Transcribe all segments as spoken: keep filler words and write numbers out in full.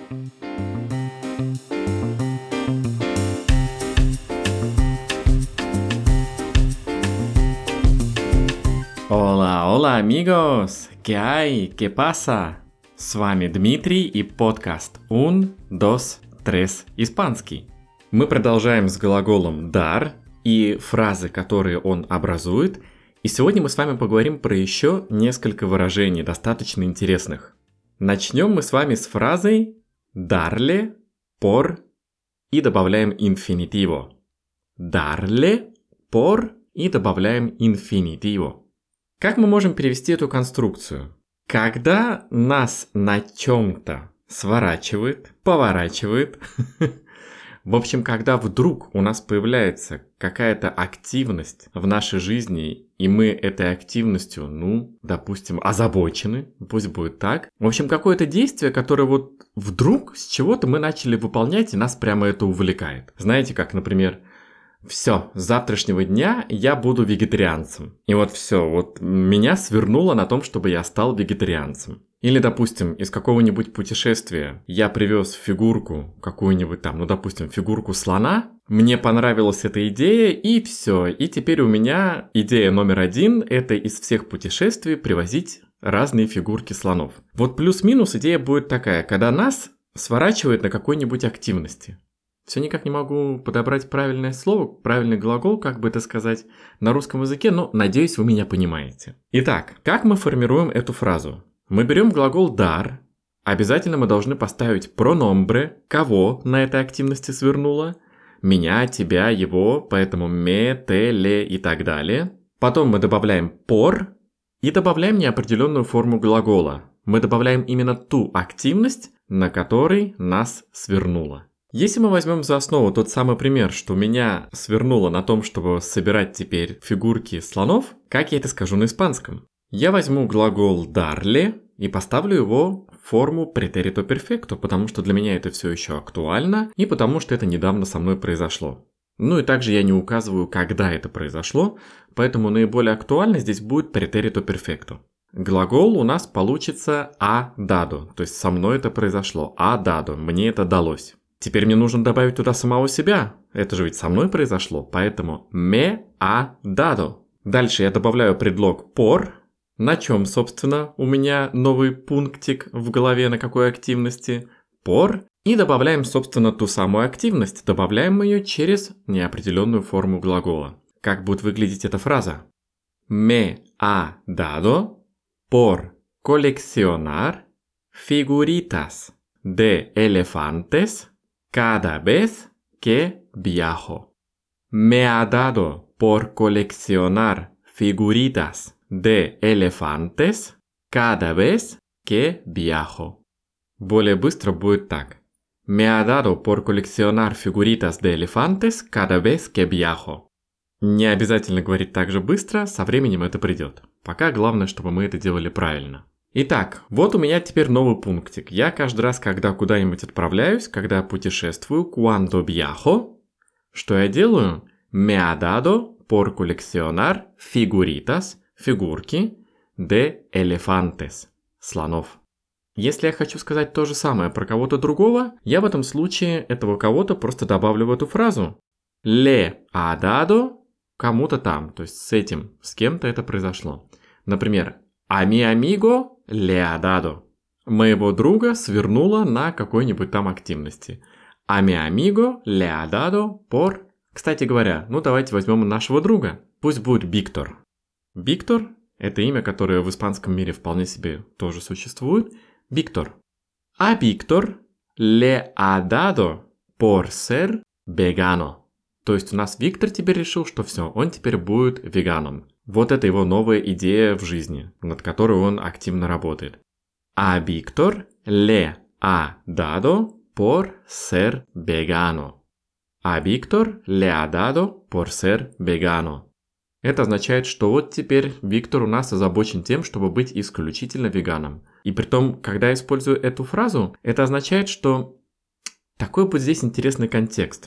Hola, hola, amigos! ¿Qué hay? ¿Qué pasa? С вами Дмитрий и подкаст Un, dos, tres, испанский. Мы продолжаем с глаголом dar и фразы, которые он образует. И сегодня мы с вами поговорим про еще несколько выражений, достаточно интересных. Начнем мы с вами с фразой darle por и добавляем infinitivo. Darle por и добавляем infinitivo. Как мы можем перевести эту конструкцию? Когда нас на чем-то сворачивает, поворачивает, в общем, когда вдруг у нас появляется какая-то активность в нашей жизни, и мы этой активностью, ну, допустим, озабочены, пусть будет так. В общем, какое-то действие, которое вот вдруг с чего-то мы начали выполнять, и нас прямо это увлекает. Знаете, как, например, все, с завтрашнего дня я буду вегетарианцем. И вот все, вот меня свернуло на том, чтобы я стал вегетарианцем. Или, допустим, из какого-нибудь путешествия я привез фигурку какую-нибудь там, ну, допустим, фигурку слона. Мне понравилась эта идея, и все. И теперь у меня идея номер один – это из всех путешествий привозить разные фигурки слонов. Вот плюс-минус идея будет такая, когда нас сворачивает на какой-нибудь активности. Все никак не могу подобрать правильное слово, правильный глагол, как бы это сказать, на русском языке, но надеюсь, вы меня понимаете. Итак, как мы формируем эту фразу? Мы берем глагол dar, обязательно мы должны поставить pronombre, кого на этой активности свернуло, меня, тебя, его, поэтому me, te, le и так далее. Потом мы добавляем por и добавляем неопределенную форму глагола. Мы добавляем именно ту активность, на которой нас свернуло. Если мы возьмем за основу тот самый пример, что меня свернуло на том, чтобы собирать теперь фигурки слонов, как я это скажу на испанском? Я возьму глагол darle и поставлю его в форму pretérito perfecto, потому что для меня это все еще актуально и потому что это недавно со мной произошло. Ну и также я не указываю, когда это произошло, поэтому наиболее актуально здесь будет pretérito perfecto. Глагол у нас получится ha dado, то есть со мной это произошло, ha dado, мне это далось. Теперь мне нужно добавить туда самого себя. Это же ведь со мной произошло, поэтому me ha dado. Дальше я добавляю предлог por, на чем, собственно, у меня новый пунктик в голове, на какой активности. Por. И добавляем, собственно, ту самую активность. Добавляем ее через неопределенную форму глагола. Как будет выглядеть эта фраза? Me ha dado por coleccionar figuritas de elefantes cada vez que viajo. Me ha dado por coleccionar figuritas de elefantes cada vez que viajo. Более быстро будет так. Me ha dado por coleccionar figuritas de elefantes cada vez que viajo. Не обязательно говорить так же быстро, со временем это придет. Пока главное, чтобы мы это делали правильно. Итак, вот у меня теперь новый пунктик. Я каждый раз, когда куда-нибудь отправляюсь, когда путешествую, cuando viajo, что я делаю? Me ha dado por coleccionar figuritas, фигурки, de elefantes, слонов. Если я хочу сказать то же самое про кого-то другого, я в этом случае этого кого-то просто добавлю в эту фразу. Le ha dado кому-то там, то есть с этим, с кем-то это произошло. Например, a mi amigo le ha dado. Моего друга свернуло на какой-нибудь там активности. A mi amigo le ha dado por... Кстати говоря, ну давайте возьмем нашего друга. Пусть будет Виктор. Виктор – это имя, которое в испанском мире вполне себе тоже существует. Виктор. A Víctor le ha dado por ser vegano. То есть у нас Виктор теперь решил, что все, он теперь будет веганом. Вот это его новая идея в жизни, над которой он активно работает. A Víctor le ha dado por ser vegano. A Víctor le ha dado por ser vegano. Это означает, что вот теперь Виктор у нас озабочен тем, чтобы быть исключительно веганом. И притом, когда я использую эту фразу, это означает, что такой вот здесь интересный контекст.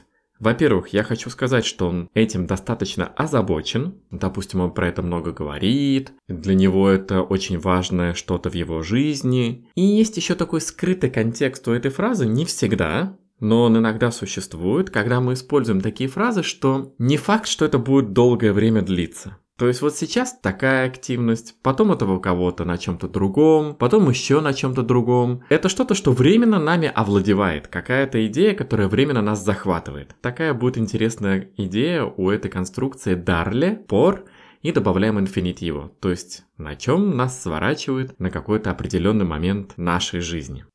Во-первых, я хочу сказать, что он этим достаточно озабочен. Допустим, он про это много говорит. Для него это очень важное что-то в его жизни. И есть еще такой скрытый контекст у этой фразы, не всегда, но он иногда существует, когда мы используем такие фразы, что не факт, что это будет долгое время длиться. То есть вот сейчас такая активность, потом это у кого-то на чем-то другом, потом еще на чем-то другом. Это что-то, что временно нами овладевает, какая-то идея, которая временно нас захватывает. Такая будет интересная идея у этой конструкции «дарле», «por», и добавляем инфинитиву, то есть на чем нас сворачивает на какой-то определенный момент нашей жизни.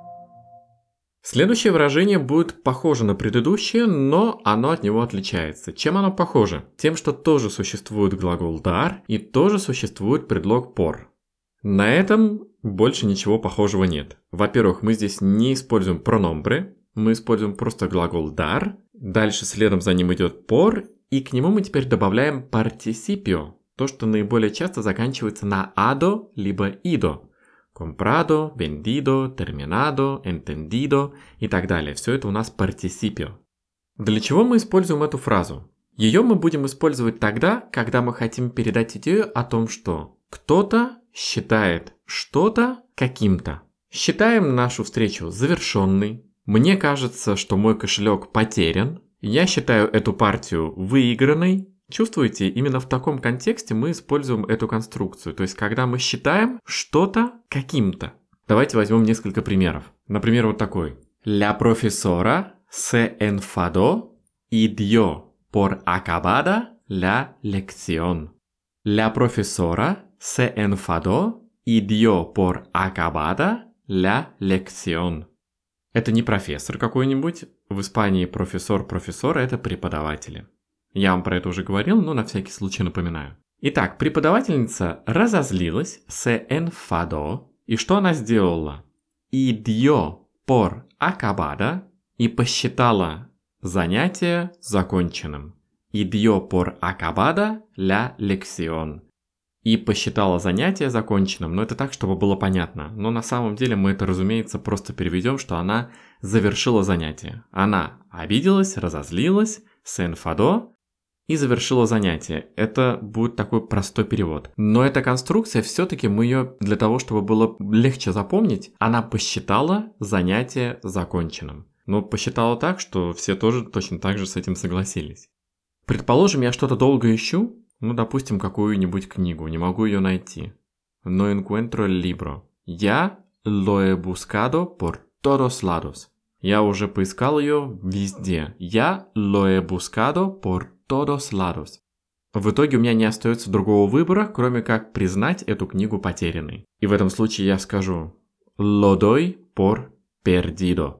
Следующее выражение будет похоже на предыдущее, но оно от него отличается. Чем оно похоже? Тем, что тоже существует глагол dar и тоже существует предлог por. На этом больше ничего похожего нет. Во-первых, мы здесь не используем прономбры, мы используем просто глагол dar, дальше следом за ним идет por, и к нему мы теперь добавляем participio, то, что наиболее часто заканчивается на ado либо ido. Comprado, vendido, terminado, entendido и так далее. Все это у нас participio. Для чего мы используем эту фразу? Ее мы будем использовать тогда, когда мы хотим передать идею о том, что кто-то считает что-то каким-то. Считаем нашу встречу завершенной. Мне кажется, что мой кошелек потерян. Я считаю эту партию выигранной. Чувствуете, именно в таком контексте мы используем эту конструкцию. То есть, когда мы считаем что-то каким-то. Давайте возьмем несколько примеров. Например, вот такой. La profesora se enfadó y dio por acabada la lección. La profesora se enfadó y dio por acabada la lección. Это не профессор какой-нибудь. В Испании профессор-профессор – это преподаватели. Я вам про это уже говорил, но на всякий случай напоминаю. Итак, преподавательница разозлилась, se enfadó, и что она сделала? Y dio por acabada, и посчитала занятие законченным. Y dio por acabada la lección. И посчитала занятие законченным, но это так, чтобы было понятно. Но на самом деле мы это, разумеется, просто переведем, что она завершила занятие. Она обиделась, разозлилась, se enfadó, и завершила занятие. Это будет такой простой перевод. Но эта конструкция, все-таки мы ее, для того, чтобы было легче запомнить, она посчитала занятие законченным. Но посчитала так, что все тоже точно так же с этим согласились. Предположим, я что-то долго ищу, ну, допустим, какую-нибудь книгу, не могу ее найти. No encuentro el libro. Я lo he buscado por todos lados. Я уже поискал ее везде. Я lo he buscado por todos lados. В итоге у меня не остается другого выбора, кроме как признать эту книгу потерянной. И в этом случае я скажу lo doy por perdido.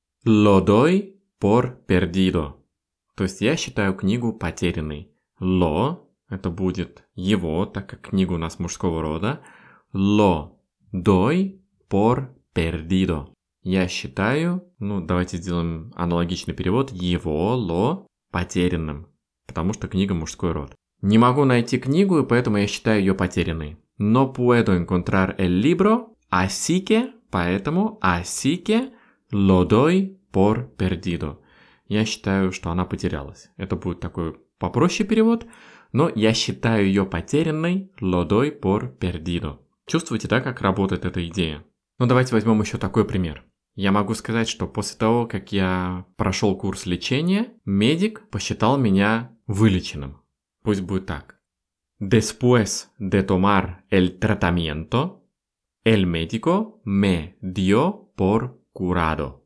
Lo doy por perdido. То есть я считаю книгу потерянной. Lo – это будет его, так как книга у нас мужского рода. Lo doy por perdido. Я считаю, ну давайте сделаем аналогичный перевод, его, lo, потерянным. Потому что книга мужской род. Не могу найти книгу, и поэтому я считаю ее потерянной. No puedo encontrar el libro, así que, поэтому, así que, lo doy por perdido. Я считаю, что она потерялась. Это будет такой попроще перевод, но я считаю ее потерянной, lo doy por perdido. Чувствуете, да, как работает эта идея? Ну давайте возьмем еще такой пример. Я могу сказать, что после того, как я прошел курс лечения, медик посчитал меня вылеченным. Пусть будет так. Después de tomar el tratamiento, el médico me dio por curado.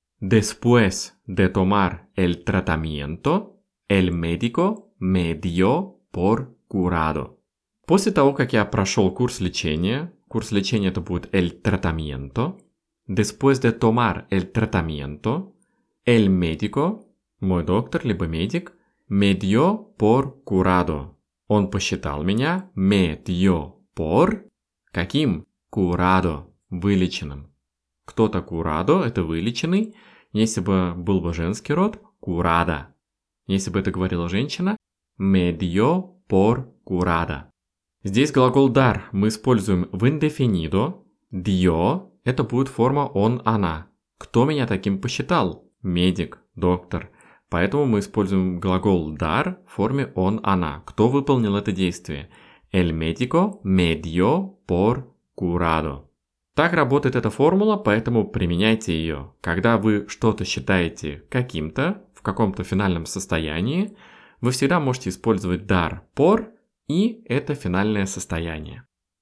Después de tomar el tratamiento, el médico me dio por curado. После того, как я прошел курс лечения, курс лечения это будет el tratamiento, después de tomar el tratamiento, el médico, мой доктор, либо медик, me dio por curado. Он посчитал меня, me dio por, каким? Curado, вылеченным. Кто-то curado, это вылеченный. Если бы был бы женский род, curada. Если бы это говорила женщина, me dio por curada. Здесь глагол dar мы используем в indefinido. Dio это будет форма он, она. Кто меня таким посчитал? Медик, доктор. Поэтому мы используем глагол dar в форме он, она. Кто выполнил это действие? El médico me dio por curado. Так работает эта формула, поэтому применяйте ее. Когда вы что-то считаете каким-то, в каком-то финальном состоянии, вы всегда можете использовать dar por и это финальное состояние.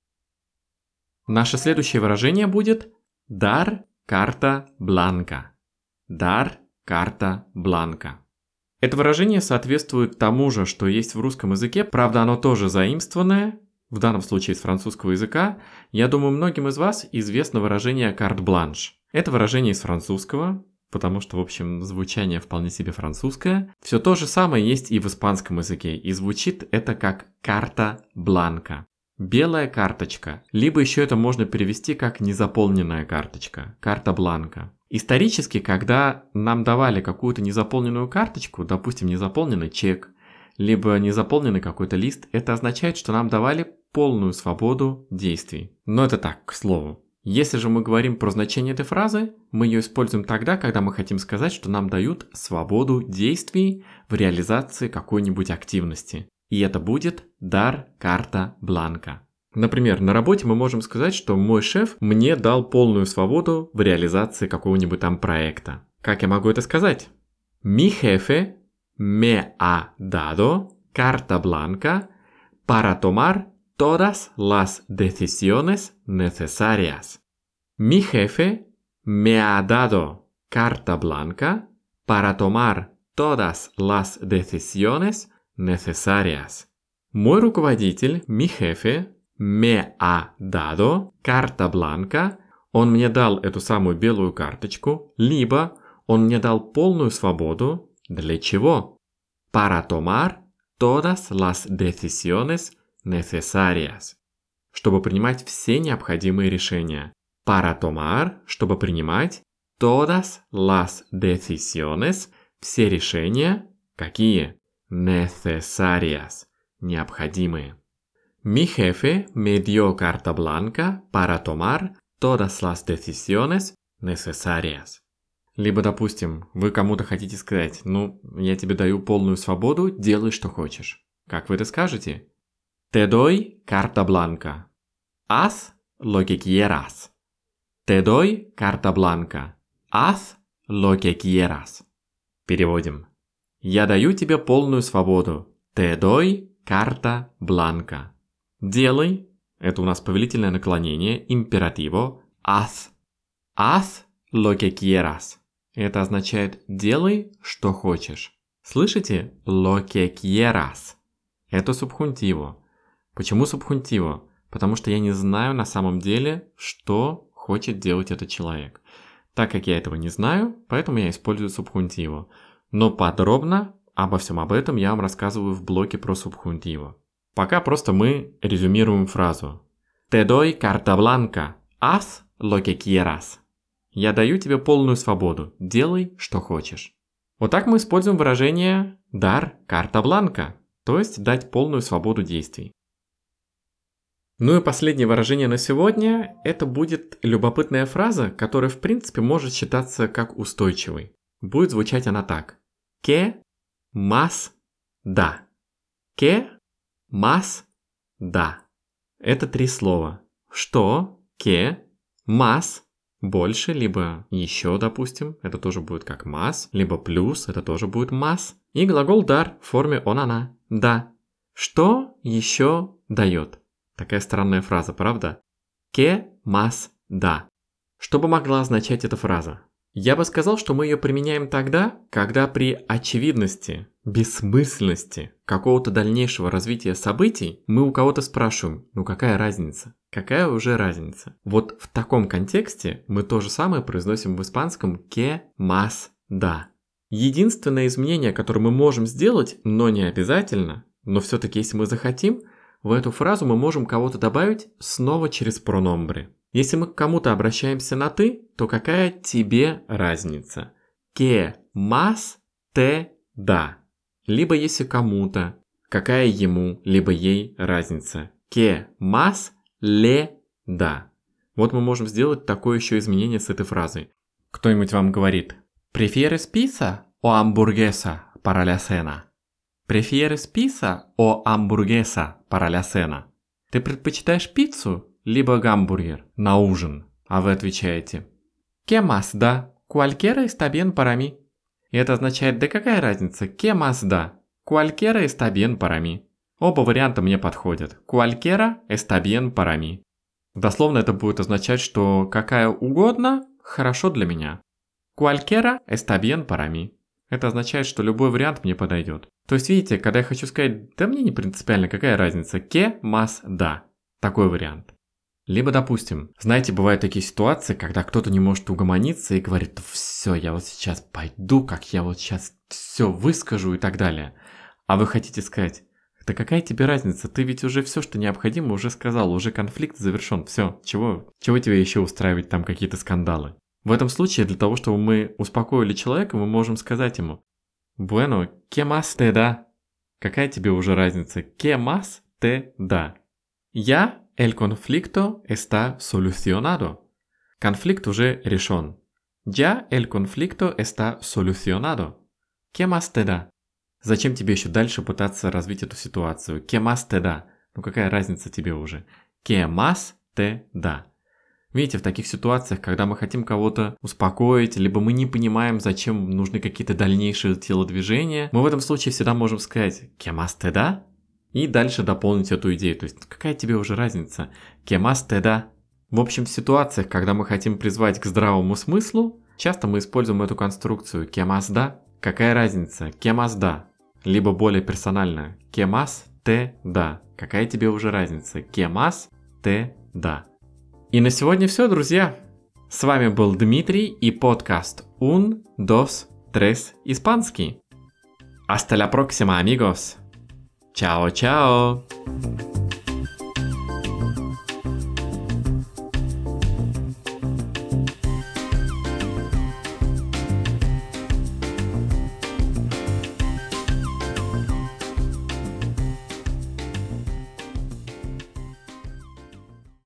Наше следующее выражение будет dar carta blanca. Dar carta blanca. Это выражение соответствует тому же, что есть в русском языке, правда оно тоже заимствованное, в данном случае из французского языка. Я думаю, многим из вас известно выражение carte blanche. Это выражение из французского, потому что, в общем, звучание вполне себе французское. Все то же самое есть и в испанском языке, и звучит это как карта бланка. Белая карточка, либо еще это можно перевести как незаполненная карточка, карта бланка. Исторически, когда нам давали какую-то незаполненную карточку, допустим, незаполненный чек, либо незаполненный какой-то лист, это означает, что нам давали полную свободу действий. Но это так, к слову. Если же мы говорим про значение этой фразы, мы ее используем тогда, когда мы хотим сказать, что нам дают свободу действий в реализации какой-нибудь активности. И это будет dar carta blanca. Например, на работе мы можем сказать, что мой шеф мне дал полную свободу в реализации какого-нибудь там проекта. Как я могу это сказать? Mi jefe me ha dado carta blanca para tomar todas las decisiones necesarias. Mi jefe me ha dado carta blanca para tomar todas las decisiones necesarias. Мой руководитель, mi jefe, me ha dado carta blanca, он мне дал эту самую белую карточку, либо он мне дал полную свободу. Для чего? Para tomar todas las decisiones necesarias. Чтобы принимать все необходимые решения. Para tomar, чтобы принимать todas las decisiones, все решения, какие? Necesarias, необходимые. Mi jefe me dio carta blanca para tomar todas las decisiones necesarias. Либо, допустим, вы кому-то хотите сказать, ну, я тебе даю полную свободу, делай, что хочешь. Как вы это скажете? Te doy carta blanca. Haz lo que quieras. Te doy carta blanca. Haz lo que quieras. Переводим. Я даю тебе полную свободу. Te doy carta blanca. Делай, это у нас повелительное наклонение, императиво, haz. Haz lo que quieras. Это означает делай, что хочешь. Слышите? Lo que quieras. Это субхунтиво. Почему субхунтиво? Потому что я не знаю на самом деле, что хочет делать этот человек. Так как я этого не знаю, поэтому я использую субхунтиво. Но подробно обо всем об этом я вам рассказываю в блоке про субхунтиво. Пока просто мы резюмируем фразу. Te doy carta blanca. Haz lo que quieras. Я даю тебе полную свободу. Делай, что хочешь. Вот так мы используем выражение dar carta blanca, то есть дать полную свободу действий. Ну и последнее выражение на сегодня – это будет любопытная фраза, которая в принципе может считаться как устойчивой. Будет звучать она так. Que más da. Que más da. Это три слова. Что? Que más. Больше, либо еще, допустим, это тоже будет как más, либо плюс, это тоже будет más. И глагол dar в форме он, она. Да. Что еще дает? Такая странная фраза, правда? Que más da. Что бы могла означать эта фраза? Я бы сказал, что мы ее применяем тогда, когда при очевидности, бессмысленности какого-то дальнейшего развития событий мы у кого-то спрашиваем, ну какая разница? Какая уже разница? Вот в таком контексте мы то же самое произносим в испанском que más da. Единственное изменение, которое мы можем сделать, но не обязательно, но все-таки если мы захотим, в эту фразу мы можем кого-то добавить снова через прономбре. Если мы к кому-то обращаемся на «ты», то какая тебе разница? Que más te da. Либо если кому-то, какая ему, либо ей разница? Que más le da. Вот мы можем сделать такое еще изменение с этой фразой. Кто-нибудь вам говорит «Prefieres pizza o hamburguesa para la cena? ¿Prefieres pizza o hamburguesa para la cena? Ты предпочитаешь пиццу, либо гамбургер на ужин? А вы отвечаете: ¿Qué más da? Cualquiera está bien para mí. И это означает: да какая разница? ¿Qué más da? Cualquiera está bien para mí. Оба варианта мне подходят. Cualquiera está bien para mí. Дословно это будет означать, что какая угодно хорошо для меня. Cualquiera está bien para mí. Это означает, что любой вариант мне подойдет. То есть, видите, когда я хочу сказать: да мне не принципиально, какая разница? ¿Qué más da? Такой вариант. Либо, допустим, знаете, бывают такие ситуации, когда кто-то не может угомониться и говорит: все, я вот сейчас пойду, как я вот сейчас все выскажу и так далее. А вы хотите сказать: да какая тебе разница, ты ведь уже все, что необходимо, уже сказал, уже конфликт завершен, все, чего, чего тебе еще устраивать там какие-то скандалы? В этом случае, для того, чтобы мы успокоили человека, мы можем сказать ему: Bueno, ¿qué más te da? Какая тебе уже разница? ¿Qué más te da? Ya el conflicto está solucionado. Конфликт уже решен. Ya el conflicto está solucionado. ¿Qué más te da? Зачем тебе еще дальше пытаться развить эту ситуацию? ¿Qué más te da? Ну какая разница тебе уже? ¿Qué más te da? Видите, в таких ситуациях, когда мы хотим кого-то успокоить, либо мы не понимаем, зачем нужны какие-то дальнейшие телодвижения, мы в этом случае всегда можем сказать «¿Qué más te da?» и дальше дополнить эту идею. То есть, какая тебе уже разница? «¿Qué más te da?» В общем, в ситуациях, когда мы хотим призвать к здравому смыслу, часто мы используем эту конструкцию «¿Qué más da?» Какая разница? «¿Qué más da?» Либо более персонально «¿Qué más te da?» Какая тебе уже разница? «¿Qué más te da?» И на сегодня все, друзья. С вами был Дмитрий и подкаст Un, dos, tres, испанский. Hasta la próxima, amigos. Чао-чао.